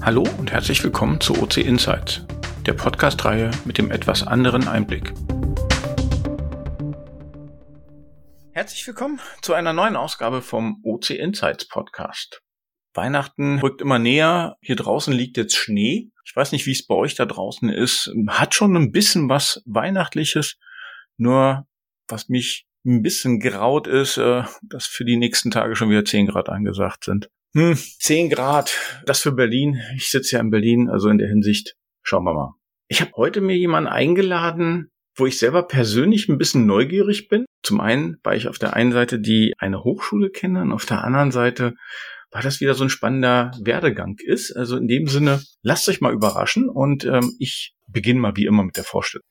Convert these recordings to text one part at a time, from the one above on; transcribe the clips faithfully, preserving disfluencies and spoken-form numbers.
Hallo und herzlich willkommen zu O C Insights, der Podcast-Reihe mit dem etwas anderen Einblick. Herzlich willkommen zu einer neuen Ausgabe vom O C Insights Podcast. Weihnachten rückt immer näher, hier draußen liegt jetzt Schnee. Ich weiß nicht, wie es bei euch da draußen ist. Hat schon ein bisschen was Weihnachtliches, nur was mich ein bisschen graut ist, äh, dass für die nächsten Tage schon wieder zehn Grad angesagt sind. Hm, zehn Grad, das für Berlin. Ich sitze ja in Berlin, also in der Hinsicht, schauen wir mal. Ich habe heute mir jemanden eingeladen, wo ich selber persönlich ein bisschen neugierig bin. Zum einen, weil ich auf der einen Seite die eine Hochschule kenne und auf der anderen Seite, weil das wieder so ein spannender Werdegang ist. Also in dem Sinne, lasst euch mal überraschen und ähm, ich beginne mal wie immer mit der Vorstellung.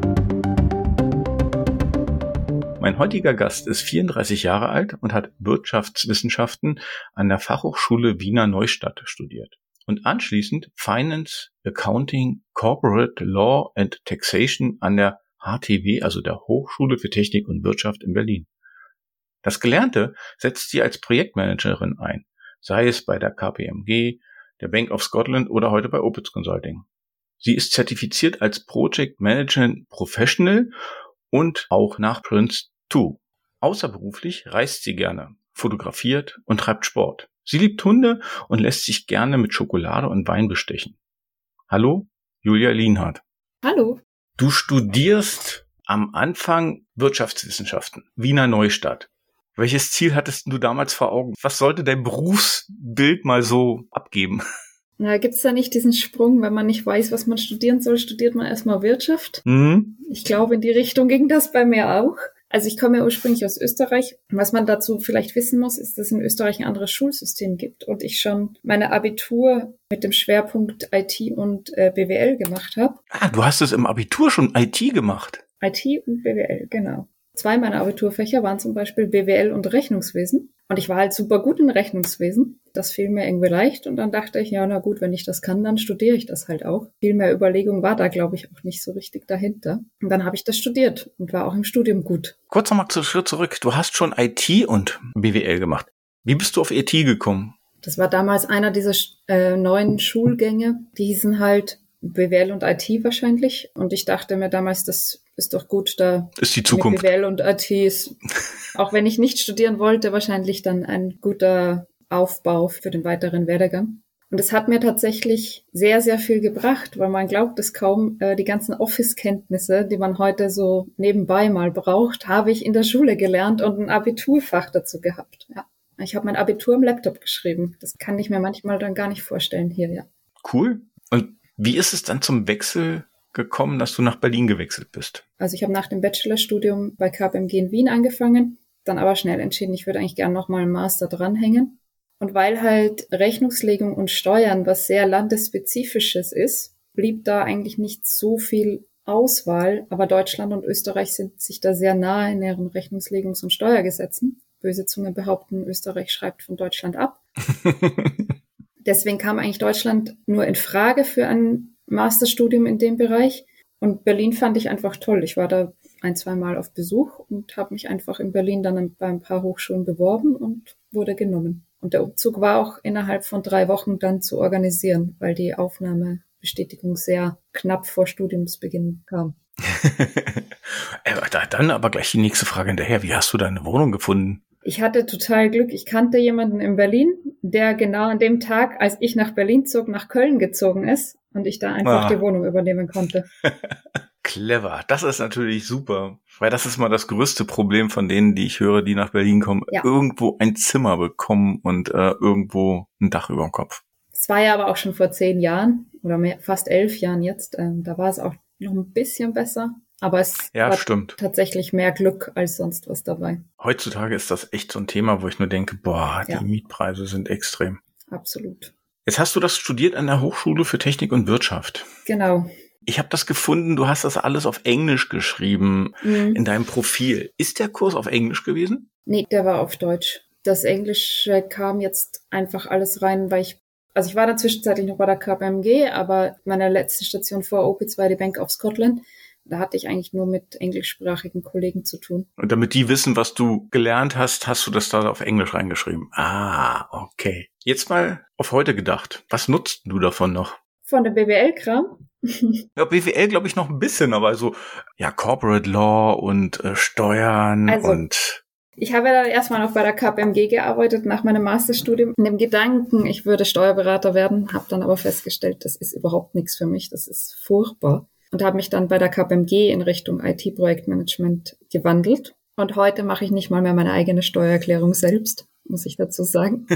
Mein heutiger Gast ist vierunddreißig Jahre alt und hat Wirtschaftswissenschaften an der Fachhochschule Wiener Neustadt studiert und anschließend Finance, Accounting, Corporate Law and Taxation an der H T W, also der Hochschule für Technik und Wirtschaft in Berlin. Das Gelernte setzt sie als Projektmanagerin ein, sei es bei der K P M G, der Bank of Scotland oder heute bei Opitz Consulting. Sie ist zertifiziert als Project Management Professional und auch nach Prince zwei. Außerberuflich reist sie gerne, fotografiert und treibt Sport. Sie liebt Hunde und lässt sich gerne mit Schokolade und Wein bestechen. Hallo, Julia Lienhardt. Hallo. Du studierst am Anfang Wirtschaftswissenschaften, Wiener Neustadt. Welches Ziel hattest du damals vor Augen? Was sollte dein Berufsbild mal so abgeben? Na, gibt's da nicht diesen Sprung, wenn man nicht weiß, was man studieren soll, studiert man erstmal Wirtschaft? Mhm. Ich glaube, in die Richtung ging das bei mir auch. Also ich komme ja ursprünglich aus Österreich. Was man dazu vielleicht wissen muss, ist, dass es in Österreich ein anderes Schulsystem gibt und ich schon meine Abitur mit dem Schwerpunkt I T und äh, B W L gemacht habe. Ah, du hast es im Abitur schon I T gemacht? I T und B W L, genau. Zwei meiner Abiturfächer waren zum Beispiel B W L und Rechnungswesen. Und ich war halt super gut in Rechnungswesen. Das fiel mir irgendwie leicht. Und dann dachte ich, ja, na gut, wenn ich das kann, dann studiere ich das halt auch. Viel mehr Überlegung war da, glaube ich, auch nicht so richtig dahinter. Und dann habe ich das studiert und war auch im Studium gut. Kurz nochmal zu Schritt zurück. Du hast schon I T und B W L gemacht. Wie bist du auf I T gekommen? Das war damals einer dieser äh, neuen Schulgänge. Die hießen halt B W L und I T wahrscheinlich. Und ich dachte mir damals, das ist doch gut, da ist die Zukunft. Mit B W L und I T ist, auch wenn ich nicht studieren wollte, wahrscheinlich dann ein guter Aufbau für den weiteren Werdegang. Und es hat mir tatsächlich sehr, sehr viel gebracht, weil man glaubt es kaum, äh, die ganzen Office-Kenntnisse, die man heute so nebenbei mal braucht, habe ich in der Schule gelernt und ein Abiturfach dazu gehabt. Ja. Ich habe mein Abitur im Laptop geschrieben. Das kann ich mir manchmal dann gar nicht vorstellen hier, ja. Cool. Und wie ist es dann zum Wechsel gekommen, dass du nach Berlin gewechselt bist? Also ich habe nach dem Bachelorstudium bei K P M G in Wien angefangen, dann aber schnell entschieden, ich würde eigentlich gerne nochmal einen Master dranhängen. Und weil halt Rechnungslegung und Steuern was sehr landesspezifisches ist, blieb da eigentlich nicht so viel Auswahl, aber Deutschland und Österreich sind sich da sehr nahe in ihren Rechnungslegungs- und Steuergesetzen. Böse Zunge behaupten, Österreich schreibt von Deutschland ab. Deswegen kam eigentlich Deutschland nur in Frage für ein Masterstudium in dem Bereich. Und Berlin fand ich einfach toll. Ich war da ein, zwei Mal auf Besuch und habe mich einfach in Berlin dann bei ein paar Hochschulen beworben und wurde genommen. Und der Umzug war auch innerhalb von drei Wochen dann zu organisieren, weil die Aufnahmebestätigung sehr knapp vor Studiumsbeginn kam. Dann aber gleich die nächste Frage hinterher. Wie hast du deine Wohnung gefunden? Ich hatte total Glück. Ich kannte jemanden in Berlin, der genau an dem Tag, als ich nach Berlin zog, nach Köln gezogen ist und ich da einfach ah. die Wohnung übernehmen konnte. Clever. Das ist natürlich super, weil das ist mal das größte Problem von denen, die ich höre, die nach Berlin kommen. Ja. Irgendwo ein Zimmer bekommen und äh, irgendwo ein Dach über dem Kopf. Es war ja aber auch schon vor zehn Jahren oder mehr, fast elf Jahren jetzt. Ähm, da war es auch noch ein bisschen besser. Aber es ja, war stimmt. tatsächlich mehr Glück als sonst was dabei. Heutzutage ist das echt so ein Thema, wo ich nur denke, boah, die ja. Mietpreise sind extrem. Absolut. Jetzt hast du das studiert an der Hochschule für Technik und Wirtschaft. Genau. Ich habe das gefunden, du hast das alles auf Englisch geschrieben mhm. in deinem Profil. Ist der Kurs auf Englisch gewesen? Nee, der war auf Deutsch. Das Englische kam jetzt einfach alles rein, weil ich, also ich war dann zwischenzeitlich noch bei der K P M G, aber meine letzte Station vor Opitz war die Bank of Scotland. Da hatte ich eigentlich nur mit englischsprachigen Kollegen zu tun. Und damit die wissen, was du gelernt hast, hast du das da auf Englisch reingeschrieben. Ah, okay. Jetzt mal auf heute gedacht. Was nutzt du davon noch? Von der B W L-Kram? Ja, B W L glaube ich noch ein bisschen, aber so, ja, Corporate Law und äh, Steuern also, und... Ich habe ja dann erstmal noch bei der K P M G gearbeitet nach meinem Masterstudium. In dem Gedanken, ich würde Steuerberater werden, habe dann aber festgestellt, das ist überhaupt nichts für mich, das ist furchtbar. Und habe mich dann bei der K P M G in Richtung I T-Projektmanagement gewandelt. Und heute mache ich nicht mal mehr meine eigene Steuererklärung selbst, muss ich dazu sagen.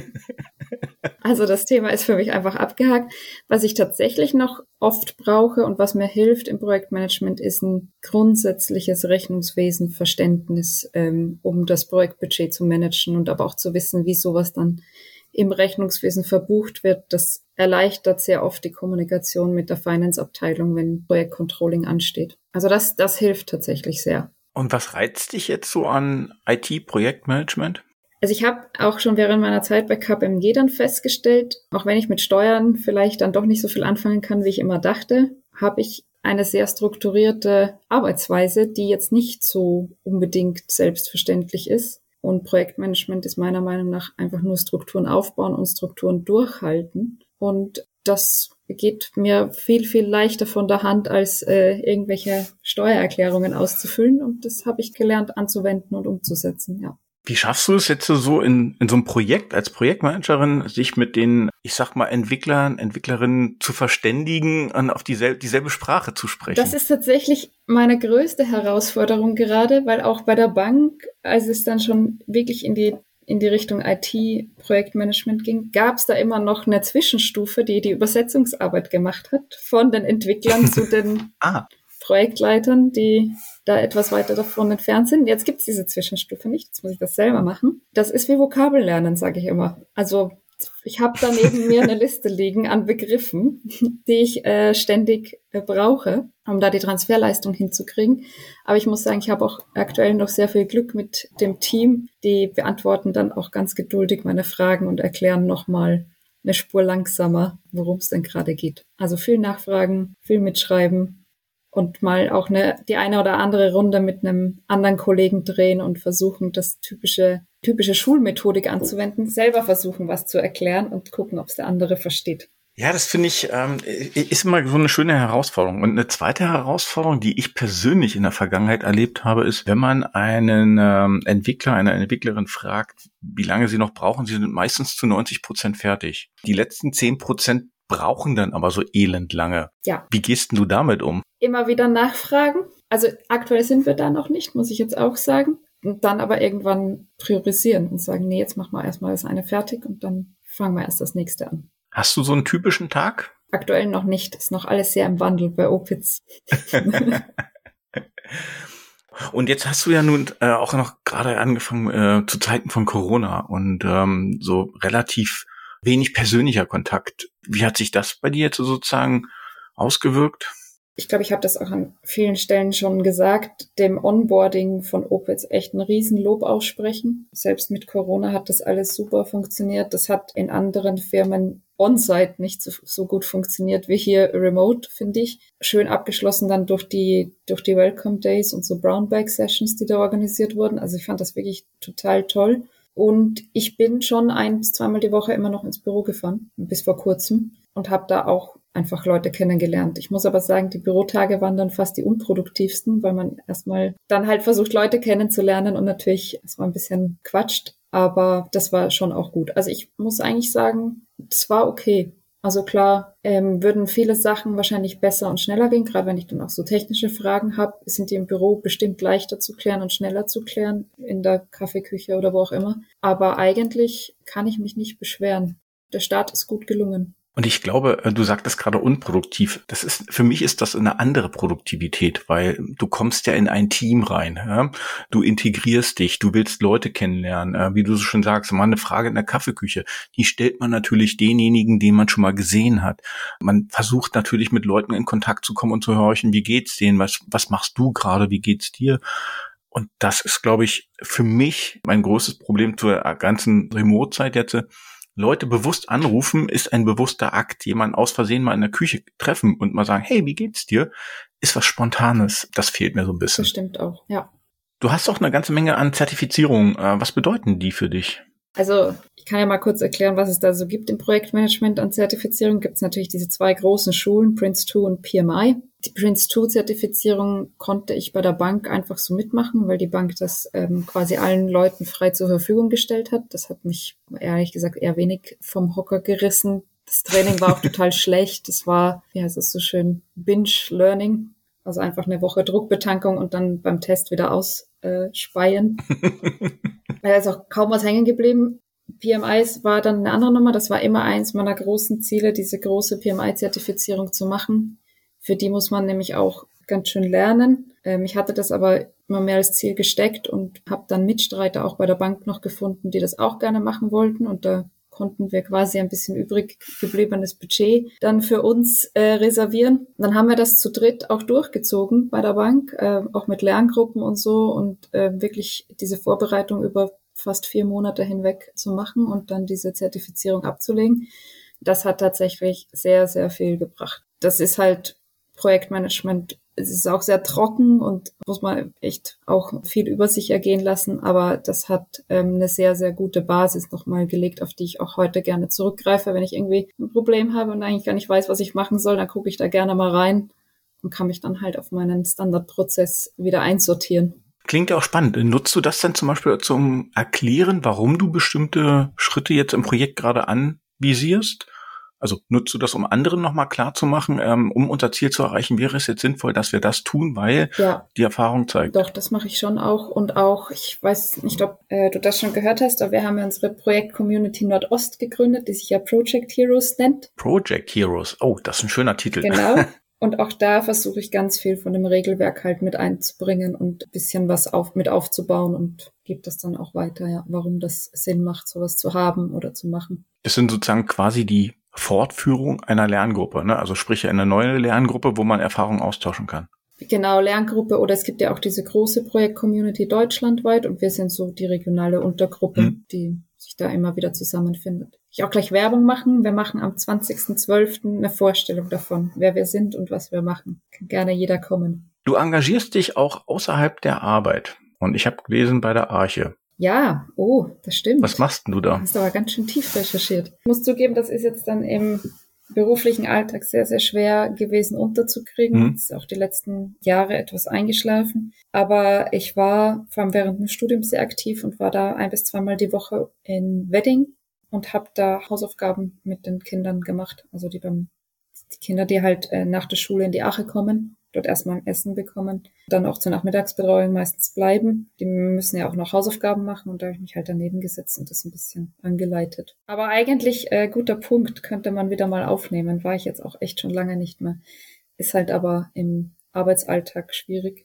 Also das Thema ist für mich einfach abgehakt. Was ich tatsächlich noch oft brauche und was mir hilft im Projektmanagement, ist ein grundsätzliches Rechnungswesenverständnis, ähm, um das Projektbudget zu managen und aber auch zu wissen, wie sowas dann im Rechnungswesen verbucht wird. Das erleichtert sehr oft die Kommunikation mit der Finance-Abteilung, wenn Projektcontrolling ansteht. Also das, das hilft tatsächlich sehr. Und was reizt dich jetzt so an I T-Projektmanagement? Also ich habe auch schon während meiner Zeit bei K P M G dann festgestellt, auch wenn ich mit Steuern vielleicht dann doch nicht so viel anfangen kann, wie ich immer dachte, habe ich eine sehr strukturierte Arbeitsweise, die jetzt nicht so unbedingt selbstverständlich ist. Und Projektmanagement ist meiner Meinung nach einfach nur Strukturen aufbauen und Strukturen durchhalten. Und das geht mir viel, viel leichter von der Hand, als äh, irgendwelche Steuererklärungen auszufüllen. Und das habe ich gelernt anzuwenden und umzusetzen, ja. Wie schaffst du es jetzt so in, in so einem Projekt als Projektmanagerin, sich mit den, ich sag mal, Entwicklern, Entwicklerinnen zu verständigen und auf dieselbe, dieselbe Sprache zu sprechen? Das ist tatsächlich meine größte Herausforderung gerade, weil auch bei der Bank, als es dann schon wirklich in die in die Richtung I T-Projektmanagement ging, gab es da immer noch eine Zwischenstufe, die die Übersetzungsarbeit gemacht hat, von den Entwicklern zu den ah. Projektleitern, die da etwas weiter davon entfernt sind. Jetzt gibt es diese Zwischenstufe nicht, jetzt muss ich das selber machen. Das ist wie Vokabellernen, sage ich immer. Also ich habe da neben mir eine Liste liegen an Begriffen, die ich äh, ständig äh, brauche, um da die Transferleistung hinzukriegen. Aber ich muss sagen, ich habe auch aktuell noch sehr viel Glück mit dem Team. Die beantworten dann auch ganz geduldig meine Fragen und erklären nochmal eine Spur langsamer, worum es denn gerade geht. Also viel Nachfragen, viel mitschreiben. Und mal auch eine, die eine oder andere Runde mit einem anderen Kollegen drehen und versuchen, das typische, typische Schulmethodik anzuwenden, selber versuchen, was zu erklären und gucken, ob es der andere versteht. Ja, das finde ich, ähm, ist immer so eine schöne Herausforderung. Und eine zweite Herausforderung, die ich persönlich in der Vergangenheit erlebt habe, ist, wenn man einen ähm, Entwickler, eine Entwicklerin fragt, wie lange sie noch brauchen, sie sind meistens zu neunzig Prozent fertig. Die letzten zehn Prozent brauchen dann aber so elend lange. Ja. Wie gehst denn du damit um? Immer wieder nachfragen. Also aktuell sind wir da noch nicht, muss ich jetzt auch sagen. Und dann aber irgendwann priorisieren und sagen, nee, jetzt machen wir erstmal das eine fertig und dann fangen wir erst das nächste an. Hast du so einen typischen Tag? Aktuell noch nicht. Ist noch alles sehr im Wandel bei Opitz. Und jetzt hast du ja nun äh, auch noch gerade angefangen äh, zu Zeiten von Corona und ähm, so relativ wenig persönlicher Kontakt. Wie hat sich das bei dir jetzt sozusagen ausgewirkt? Ich glaube, ich habe das auch an vielen Stellen schon gesagt, dem Onboarding von Opitz echt ein Riesenlob aussprechen. Selbst mit Corona hat das alles super funktioniert. Das hat in anderen Firmen on-site nicht so, so gut funktioniert wie hier remote, finde ich. Schön abgeschlossen dann durch die durch die Welcome Days und so Brown Bag Sessions, die da organisiert wurden. Also ich fand das wirklich total toll. Und ich bin schon ein- bis zweimal die Woche immer noch ins Büro gefahren, bis vor kurzem, und habe da auch einfach Leute kennengelernt. Ich muss aber sagen, die Bürotage waren dann fast die unproduktivsten, weil man erstmal dann halt versucht, Leute kennenzulernen und natürlich erstmal ein bisschen quatscht. Aber das war schon auch gut. Also ich muss eigentlich sagen, es war okay. Also klar, ähm, würden viele Sachen wahrscheinlich besser und schneller gehen, gerade wenn ich dann auch so technische Fragen habe, sind die im Büro bestimmt leichter zu klären und schneller zu klären, in der Kaffeeküche oder wo auch immer. Aber eigentlich kann ich mich nicht beschweren. Der Start ist gut gelungen. Und ich glaube, du sagtest gerade unproduktiv. Das ist, für mich ist das eine andere Produktivität, weil du kommst ja in ein Team rein. Ja? Du integrierst dich, du willst Leute kennenlernen. Äh, wie du so schon sagst, mal eine Frage in der Kaffeeküche. Die stellt man natürlich denjenigen, den man schon mal gesehen hat. Man versucht natürlich mit Leuten in Kontakt zu kommen und zu horchen, wie geht's denen? Was, was machst du gerade? Wie geht's dir? Und das ist, glaube ich, für mich mein großes Problem zur ganzen Remote-Zeit jetzt. Leute bewusst anrufen ist ein bewusster Akt. Jemanden aus Versehen mal in der Küche treffen und mal sagen, hey, wie geht's dir? Ist was Spontanes. Das fehlt mir so ein bisschen. Das stimmt auch, ja. Du hast auch eine ganze Menge an Zertifizierungen. Was bedeuten die für dich? Also ich kann ja mal kurz erklären, was es da so gibt im Projektmanagement an Zertifizierung. Gibt es natürlich diese zwei großen Schulen, Prince zwei und P M I. Die Prince zwei Zertifizierung konnte ich bei der Bank einfach so mitmachen, weil die Bank das ähm, quasi allen Leuten frei zur Verfügung gestellt hat. Das hat mich ehrlich gesagt eher wenig vom Hocker gerissen. Das Training war auch total schlecht. Das war, wie heißt es so schön, Binge-Learning. Also einfach eine Woche Druckbetankung und dann beim Test wieder ausspeien. Da ist auch kaum was hängen geblieben. P M Is war dann eine andere Nummer. Das war immer eins meiner großen Ziele, diese große P M I-Zertifizierung zu machen. Für die muss man nämlich auch ganz schön lernen. Ähm, ich hatte das aber immer mehr als Ziel gesteckt und habe dann Mitstreiter auch bei der Bank noch gefunden, die das auch gerne machen wollten. Und da konnten wir quasi ein bisschen übrig gebliebenes Budget dann für uns äh, reservieren. Dann haben wir das zu dritt auch durchgezogen bei der Bank, äh, auch mit Lerngruppen und so und äh, wirklich diese Vorbereitung über fast vier Monate hinweg zu machen und dann diese Zertifizierung abzulegen. Das hat tatsächlich sehr, sehr viel gebracht. Das ist halt Projektmanagement. Es ist auch sehr trocken und muss man echt auch viel über sich ergehen lassen, aber das hat ähm, eine sehr, sehr gute Basis nochmal gelegt, auf die ich auch heute gerne zurückgreife. Wenn ich irgendwie ein Problem habe und eigentlich gar nicht weiß, was ich machen soll, dann gucke ich da gerne mal rein und kann mich dann halt auf meinen Standardprozess wieder einsortieren. Klingt ja auch spannend. Nutzt du das denn zum Beispiel zum Erklären, warum du bestimmte Schritte jetzt im Projekt gerade anvisierst? Also nutzt du das, um anderen nochmal klarzumachen, ähm, um unser Ziel zu erreichen, wäre es jetzt sinnvoll, dass wir das tun, weil ja, die Erfahrung zeigt? Doch, das mache ich schon auch. Und auch, ich weiß nicht, ob äh, du das schon gehört hast, aber wir haben ja unsere Projekt-Community Nordost gegründet, die sich ja Project Heroes nennt. Project Heroes, oh, das ist ein schöner Titel. Genau. Und auch da versuche ich ganz viel von dem Regelwerk halt mit einzubringen und ein bisschen was auf, mit aufzubauen und gebe das dann auch weiter, ja, warum das Sinn macht, sowas zu haben oder zu machen. Das sind sozusagen quasi die Fortführung einer Lerngruppe, ne? Also sprich eine neue Lerngruppe, wo man Erfahrungen austauschen kann. Genau, Lerngruppe, oder es gibt ja auch diese große Projekt-Community deutschlandweit und wir sind so die regionale Untergruppe, hm. die sich da immer wieder zusammenfindet. Ich auch gleich Werbung machen. Wir machen am zwanzigsten zwölften eine Vorstellung davon, wer wir sind und was wir machen. Kann gerne jeder kommen. Du engagierst dich auch außerhalb der Arbeit und ich habe gelesen bei der Arche. Ja, oh, das stimmt. Was machst denn du da? Hast aber ganz schön tief recherchiert. Ich muss zugeben, das ist jetzt dann im beruflichen Alltag sehr, sehr schwer gewesen unterzukriegen. Mhm. Ist auch die letzten Jahre etwas eingeschlafen. Aber ich war vor allem während dem Studium sehr aktiv und war da ein bis zweimal die Woche in Wedding und habe da Hausaufgaben mit den Kindern gemacht. Also die beim die Kinder, die halt äh, nach der Schule in die Ache kommen, dort erstmal ein Essen bekommen, dann auch zur Nachmittagsbetreuung meistens bleiben. Die müssen ja auch noch Hausaufgaben machen und da habe ich mich halt daneben gesetzt und das ein bisschen angeleitet. Aber eigentlich äh, guter Punkt, könnte man wieder mal aufnehmen. War ich jetzt auch echt schon lange nicht mehr. Ist halt aber im Arbeitsalltag schwierig.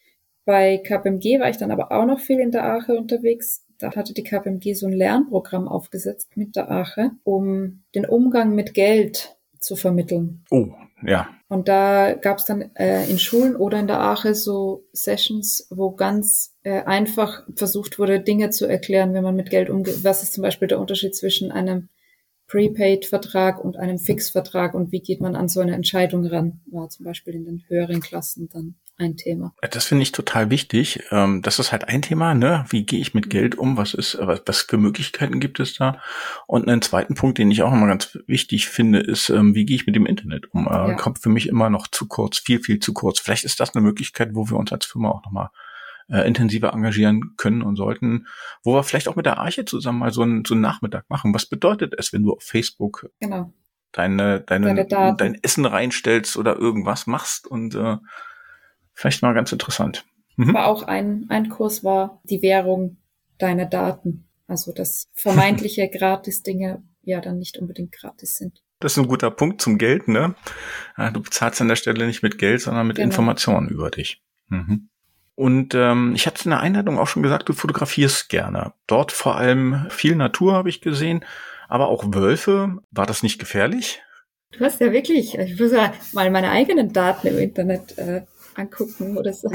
Bei K P M G war ich dann aber auch noch viel in der Ache unterwegs. Da hatte die K P M G so ein Lernprogramm aufgesetzt mit der Ache, um den Umgang mit Geld zu vermitteln. Oh, ja. Und da gab es dann äh, in Schulen oder in der Ache so Sessions, wo ganz äh, einfach versucht wurde, Dinge zu erklären, wenn man mit Geld umgeht. Was ist zum Beispiel der Unterschied zwischen einem Prepaid-Vertrag und einem Fix-Vertrag und wie geht man an so eine Entscheidung ran? War zum Beispiel in den höheren Klassen dann ein Thema. Das finde ich total wichtig. Das ist halt ein Thema, ne? Wie gehe ich mit Geld um? Was ist, was, was für Möglichkeiten gibt es da? Und einen zweiten Punkt, den ich auch nochmal ganz wichtig finde, ist, wie gehe ich mit dem Internet um? Ja. Kommt für mich immer noch zu kurz, viel, viel zu kurz. Vielleicht ist das eine Möglichkeit, wo wir uns als Firma auch nochmal äh, intensiver engagieren können und sollten, wo wir vielleicht auch mit der Arche zusammen mal so einen, so einen Nachmittag machen. Was bedeutet es, wenn du auf Facebook genau. deine, deine, deine dein Essen reinstellst oder irgendwas machst und äh, vielleicht mal ganz interessant. Mhm. Aber auch ein, ein Kurs war die Währung deiner Daten. Also dass vermeintliche Gratis-Dinge ja dann nicht unbedingt gratis sind. Das ist ein guter Punkt zum Geld, ne? Du bezahlst an der Stelle nicht mit Geld, sondern mit genau. Informationen über dich. Mhm. Und ähm, ich hatte in der Einladung auch schon gesagt, du fotografierst gerne. Dort vor allem viel Natur habe ich gesehen, aber auch Wölfe. War das nicht gefährlich? Du hast ja wirklich, ich muss ja mal meine eigenen Daten im Internet äh, angucken oder so.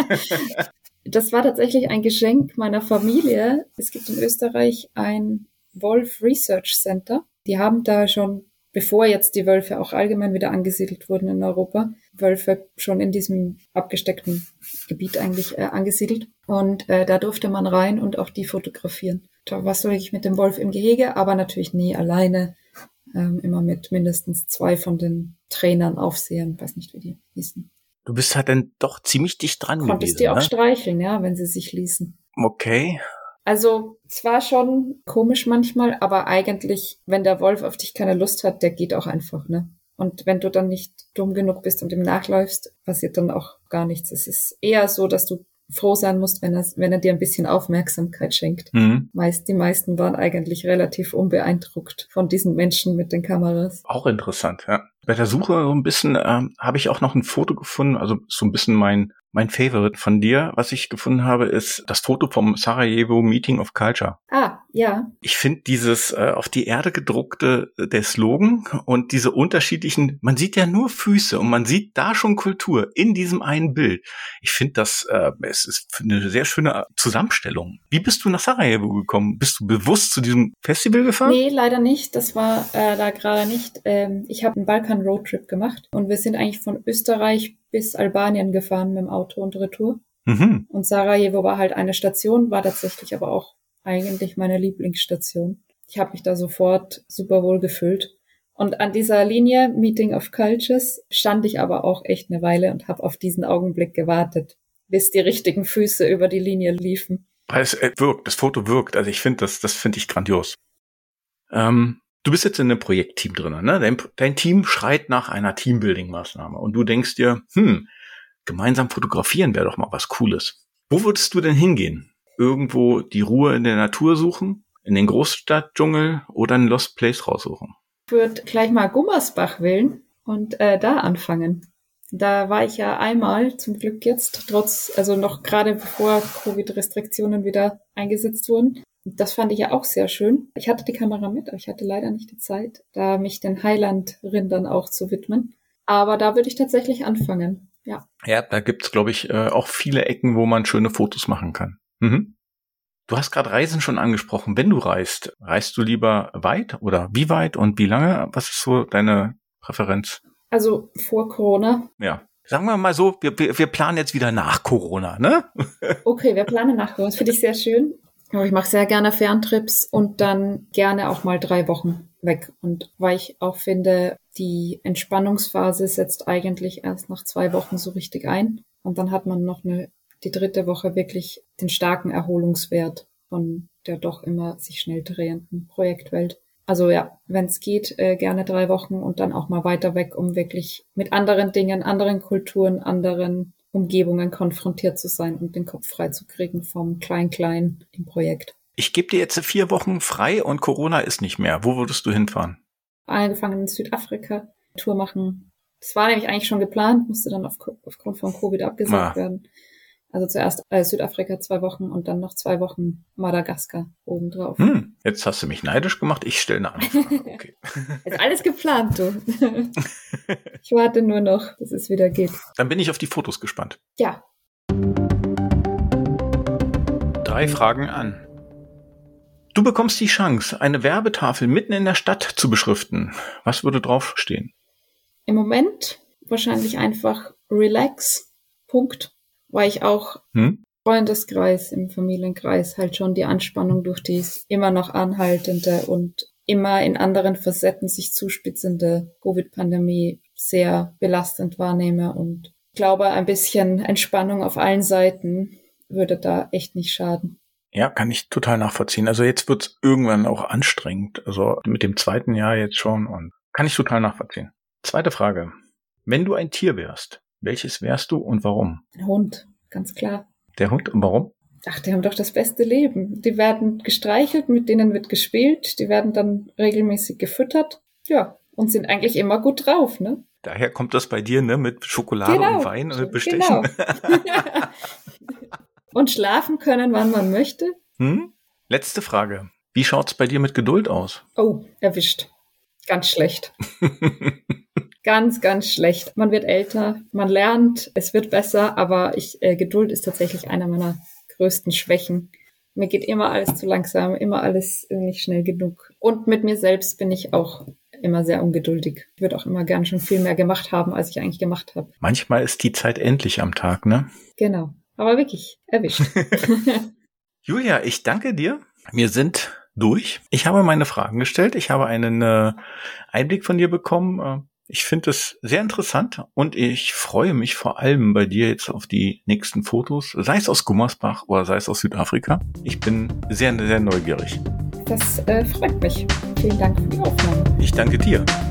Das war tatsächlich ein Geschenk meiner Familie. Es gibt in Österreich ein Wolf Research Center. Die haben da schon, bevor jetzt die Wölfe auch allgemein wieder angesiedelt wurden in Europa, Wölfe schon in diesem abgesteckten Gebiet eigentlich äh, angesiedelt. Und äh, da durfte man rein und auch die fotografieren. Da warst du wirklich mit dem Wolf im Gehege, aber natürlich nie alleine. Ähm, immer mit mindestens zwei von den Trainern, Aufsehern, weiß nicht, wie die hießen. Du bist halt dann doch ziemlich dicht dran Konntest gewesen, die auch ne? streicheln, ja, wenn sie sich ließen. Okay. Also, es war schon komisch manchmal, aber eigentlich, wenn der Wolf auf dich keine Lust hat, der geht auch einfach, ne? Und wenn du dann nicht dumm genug bist und ihm nachläufst, passiert dann auch gar nichts. Es ist eher so, dass du froh sein musst, wenn er, wenn er dir ein bisschen Aufmerksamkeit schenkt. Mhm. Meist, die meisten waren eigentlich relativ unbeeindruckt von diesen Menschen mit den Kameras. Auch interessant, ja. Bei der Suche so ein bisschen ähm, habe ich auch noch ein Foto gefunden, also so ein bisschen mein mein Favorite von dir, was ich gefunden habe, ist das Foto vom Sarajevo Meeting of Culture. Ah, ja. Ich finde dieses äh, auf die Erde gedruckte, äh, der Slogan und diese unterschiedlichen, man sieht ja nur Füße und man sieht da schon Kultur in diesem einen Bild. Ich finde das, äh, es ist eine sehr schöne Zusammenstellung. Wie bist du nach Sarajevo gekommen? Bist du bewusst zu diesem Festival gefahren? Nee, leider nicht. Das war äh, da gerade nicht. Ähm, ich habe einen Balkan-Roadtrip gemacht und wir sind eigentlich von Österreich bis Albanien gefahren mit dem Auto und Retour. Mhm. Und Sarajevo war halt eine Station, war tatsächlich aber auch eigentlich meine Lieblingsstation. Ich habe mich da sofort super wohl gefühlt. Und an dieser Linie Meeting of Cultures stand ich aber auch echt eine Weile und habe auf diesen Augenblick gewartet, bis die richtigen Füße über die Linie liefen. Weil es äh, wirkt, das Foto wirkt. Also ich finde das, das finde ich grandios. Ähm, du bist jetzt in einem Projektteam drin, ne? Dein, dein Team schreit nach einer Teambuilding-Maßnahme und du denkst dir, hm, gemeinsam fotografieren wäre doch mal was Cooles. Wo würdest du denn hingehen? Irgendwo die Ruhe in der Natur suchen? In den Großstadtdschungel oder einen Lost Place raussuchen? Ich würde gleich mal Gummersbach wählen und äh, da anfangen. Da war ich ja einmal, zum Glück jetzt, trotz, also noch gerade bevor Covid-Restriktionen wieder eingesetzt wurden. Das fand ich ja auch sehr schön. Ich hatte die Kamera mit, aber ich hatte leider nicht die Zeit, da mich den Highland-Rindern auch zu widmen. Aber da würde ich tatsächlich anfangen, ja. Ja, da gibt's, glaube ich, äh, auch viele Ecken, wo man schöne Fotos machen kann. Mhm. Du hast gerade Reisen schon angesprochen. Wenn du reist, reist du lieber weit oder wie weit und wie lange? Was ist so deine Präferenz? Also vor Corona. Ja. Sagen wir mal so, wir, wir, wir planen jetzt wieder nach Corona, ne? Okay, wir planen nach Corona. Das finde ich sehr schön. Aber ich mache sehr gerne Ferntrips und dann gerne auch mal drei Wochen weg. Und weil ich auch finde, die Entspannungsphase setzt eigentlich erst nach zwei Wochen so richtig ein. Und dann hat man noch eine, die dritte Woche wirklich den starken Erholungswert von der doch immer sich schnell drehenden Projektwelt. Also ja, wenn es geht, äh, gerne drei Wochen und dann auch mal weiter weg, um wirklich mit anderen Dingen, anderen Kulturen, anderen Umgebungen konfrontiert zu sein und den Kopf frei zu kriegen vom Klein-Klein im Projekt. Ich gebe dir jetzt vier Wochen frei und Corona ist nicht mehr. Wo würdest du hinfahren? Angefangen in Südafrika, Tour machen. Das war nämlich eigentlich schon geplant, musste dann auf, aufgrund von Covid abgesagt ah. werden. Also zuerst äh, Südafrika zwei Wochen und dann noch zwei Wochen Madagaskar obendrauf. Hm, jetzt hast du mich neidisch gemacht. Ich stelle eine Anfrage. Okay. Ist alles geplant, du. Ich warte nur noch, dass es wieder geht. Dann bin ich auf die Fotos gespannt. Ja. Drei Fragen an. Du bekommst die Chance, eine Werbetafel mitten in der Stadt zu beschriften. Was würde draufstehen? Im Moment wahrscheinlich einfach relax, Punkt. Weil ich auch hm? Freundeskreis, im Familienkreis halt schon die Anspannung durch die immer noch anhaltende und immer in anderen Facetten sich zuspitzende Covid-Pandemie sehr belastend wahrnehme und glaube, ein bisschen Entspannung auf allen Seiten würde da echt nicht schaden. Ja, kann ich total nachvollziehen. Also jetzt wird's irgendwann auch anstrengend, also mit dem zweiten Jahr jetzt schon und kann ich total nachvollziehen. Zweite Frage. Wenn du ein Tier wärst, welches wärst du und warum? Ein Hund, ganz klar. Der Hund und warum? Ach, die haben doch das beste Leben. Die werden gestreichelt, mit denen wird gespielt, die werden dann regelmäßig gefüttert. Ja, und sind eigentlich immer gut drauf, ne? Daher kommt das bei dir, ne, mit Schokolade genau, und Wein und Bestechen. Genau. Und schlafen können, wann man möchte. Hm? Letzte Frage. Wie schaut's bei dir mit Geduld aus? Oh, erwischt. Ganz schlecht. Ganz, ganz schlecht. Man wird älter, man lernt, es wird besser, aber ich, äh, Geduld ist tatsächlich einer meiner größten Schwächen. Mir geht immer alles zu langsam, immer alles nicht schnell genug. Und mit mir selbst bin ich auch immer sehr ungeduldig. Ich würde auch immer gern schon viel mehr gemacht haben, als ich eigentlich gemacht habe. Manchmal ist die Zeit endlich am Tag, ne? Genau. Aber wirklich, erwischt. Julia, ich danke dir Wir sind durch. Ich habe meine Fragen gestellt. Ich habe einen äh, Einblick von dir bekommen. Ich finde es sehr interessant und ich freue mich vor allem bei dir jetzt auf die nächsten Fotos, sei es aus Gummersbach oder sei es aus Südafrika. Ich bin sehr, sehr neugierig. Das äh, freut mich. Vielen Dank für die Aufnahme. Ich danke dir.